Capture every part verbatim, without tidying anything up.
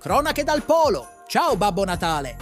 Cronache dal Polo! Ciao Babbo Natale!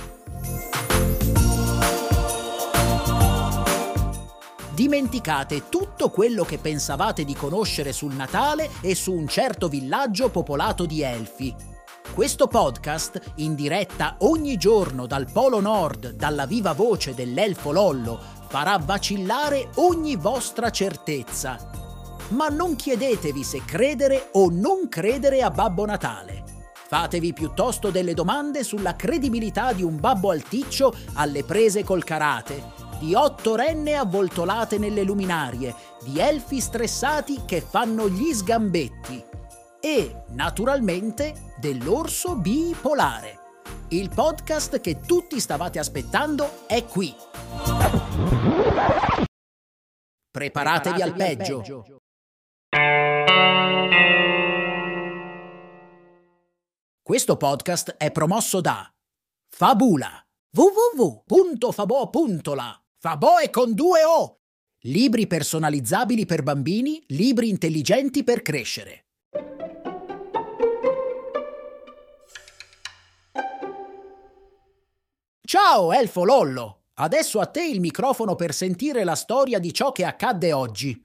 Dimenticate tutto quello che pensavate di conoscere sul Natale e su un certo villaggio popolato di elfi. Questo podcast, in diretta ogni giorno dal Polo Nord, dalla viva voce dell'elfo Lollo, farà vacillare ogni vostra certezza. Ma non chiedetevi se credere o non credere a Babbo Natale. Fatevi piuttosto delle domande sulla credibilità di un babbo alticcio alle prese col karate, di otto renne avvoltolate nelle luminarie, di elfi stressati che fanno gli sgambetti e, naturalmente, dell'orso bipolare. Il podcast che tutti stavate aspettando è qui. Preparatevi, Preparatevi al peggio. peggio. Questo podcast è promosso da Fabula, w w w punto fabo punto la. Fabo è con due O! Libri personalizzabili per bambini, libri intelligenti per crescere. Ciao, elfo Lollo! Adesso a te il microfono per sentire la storia di ciò che accadde oggi.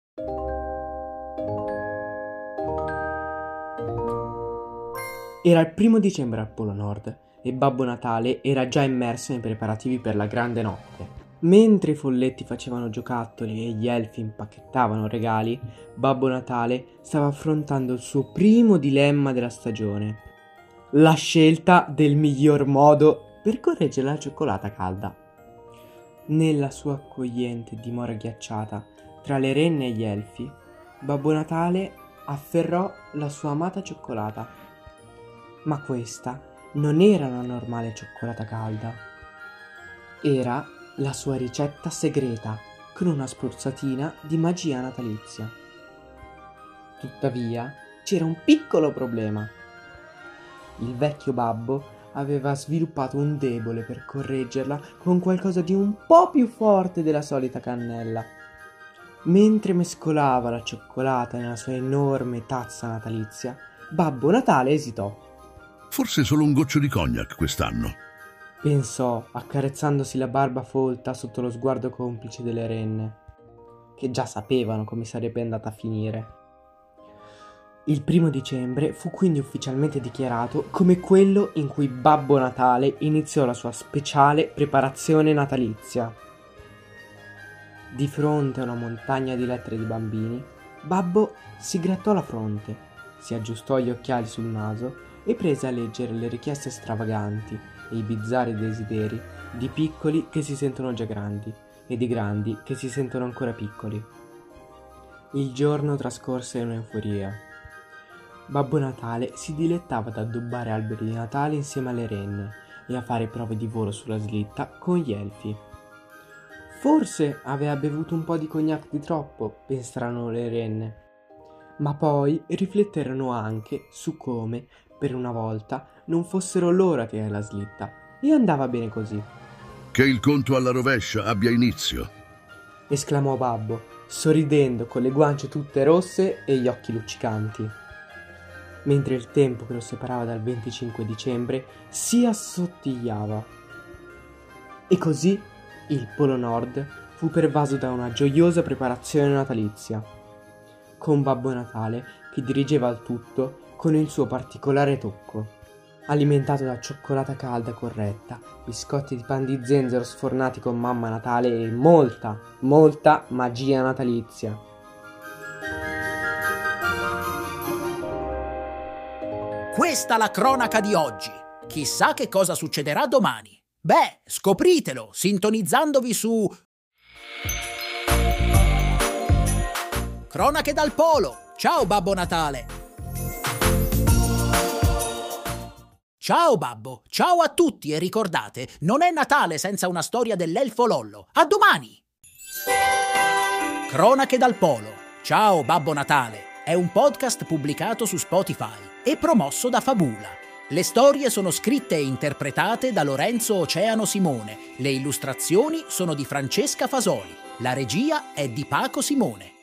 Era il primo dicembre al Polo Nord e Babbo Natale era già immerso nei preparativi per la grande notte. Mentre i folletti facevano giocattoli e gli elfi impacchettavano regali, Babbo Natale stava affrontando il suo primo dilemma della stagione: la scelta del miglior modo per correggere la cioccolata calda. Nella sua accogliente dimora ghiacciata tra le renne e gli elfi, Babbo Natale afferrò la sua amata cioccolata. Ma questa non era una normale cioccolata calda. Era la sua ricetta segreta, con una spruzzatina di magia natalizia. Tuttavia, c'era un piccolo problema. Il vecchio babbo aveva sviluppato un debole per correggerla con qualcosa di un po' più forte della solita cannella. Mentre mescolava la cioccolata nella sua enorme tazza natalizia, Babbo Natale esitò. Forse solo un goccio di cognac quest'anno, pensò, accarezzandosi la barba folta sotto lo sguardo complice delle renne, che già sapevano come sarebbe andata a finire. Il primo dicembre fu quindi ufficialmente dichiarato come quello in cui Babbo Natale iniziò la sua speciale preparazione natalizia. Di fronte a una montagna di lettere di bambini, Babbo si grattò la fronte, si aggiustò gli occhiali sul naso e prese a leggere le richieste stravaganti e i bizzarri desideri di piccoli che si sentono già grandi e di grandi che si sentono ancora piccoli. Il giorno trascorse in euforia. Babbo Natale si dilettava ad addobbare alberi di Natale insieme alle renne e a fare prove di volo sulla slitta con gli elfi. Forse aveva bevuto un po' di cognac di troppo, pensarono le renne, ma poi rifletterono anche su come, per una volta, non fossero loro a tirare la slitta, e andava bene così. Che il conto alla rovescia abbia inizio, esclamò Babbo, sorridendo con le guance tutte rosse e gli occhi luccicanti, mentre il tempo che lo separava dal venticinque dicembre si assottigliava. E così il Polo Nord fu pervaso da una gioiosa preparazione natalizia, con Babbo Natale che dirigeva il tutto con il suo particolare tocco, alimentato da cioccolata calda corretta, biscotti di pan di zenzero sfornati con Mamma Natale e molta, molta magia natalizia. Questa la cronaca di oggi. Chissà che cosa succederà domani. Beh, scopritelo sintonizzandovi su Cronache dal Polo. Ciao Babbo Natale. Ciao Babbo, ciao a tutti e ricordate, non è Natale senza una storia dell'elfo Lollo. A domani! Cronache dal Polo. Ciao Babbo Natale. È un podcast pubblicato su Spotify e promosso da Fabula. Le storie sono scritte e interpretate da Lorenzo Oceano Simone. Le illustrazioni sono di Francesca Fasoli. La regia è di Paco Simone.